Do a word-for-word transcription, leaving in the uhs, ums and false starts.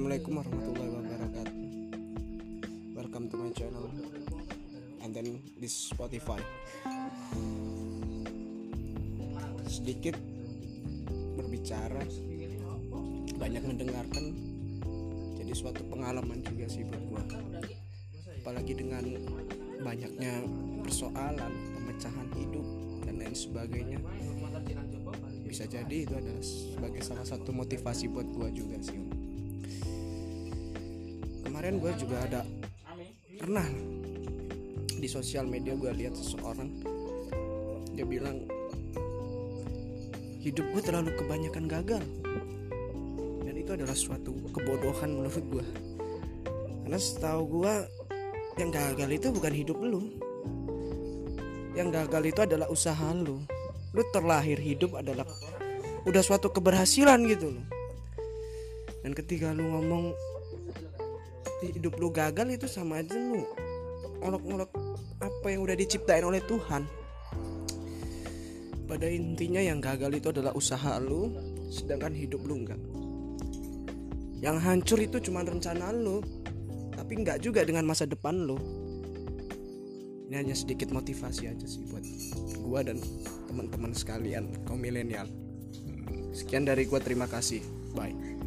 Assalamualaikum warahmatullahi wabarakatuh. Welcome to my channel and then this Spotify. Sedikit berbicara, banyak mendengarkan, jadi suatu pengalaman juga sih buat gua. Apalagi dengan banyaknya persoalan, pemecahan hidup dan lain sebagainya. Bisa jadi itu adalah sebagai salah satu motivasi buat gue juga sih. Kemarin gue juga ada pernah di sosial media gue lihat seseorang, dia bilang hidup gue terlalu kebanyakan gagal, dan itu adalah suatu kebodohan menurut gue. Karena setahu gue yang gagal itu bukan hidup lu, yang gagal itu adalah usaha lu. Lu terlahir hidup adalah udah suatu keberhasilan gitu loh. Dan ketika lu ngomong hidup lu gagal, itu sama aja lu ngolok-ngolok apa yang udah diciptain oleh Tuhan. Pada intinya yang gagal itu adalah usaha lu, sedangkan hidup lu enggak. Yang hancur itu cuma rencana lu, tapi enggak juga dengan masa depan lu. Ini hanya sedikit motivasi aja sih buat gua dan teman-teman sekalian kaum milenial. Sekian dari gua, terima kasih. Bye.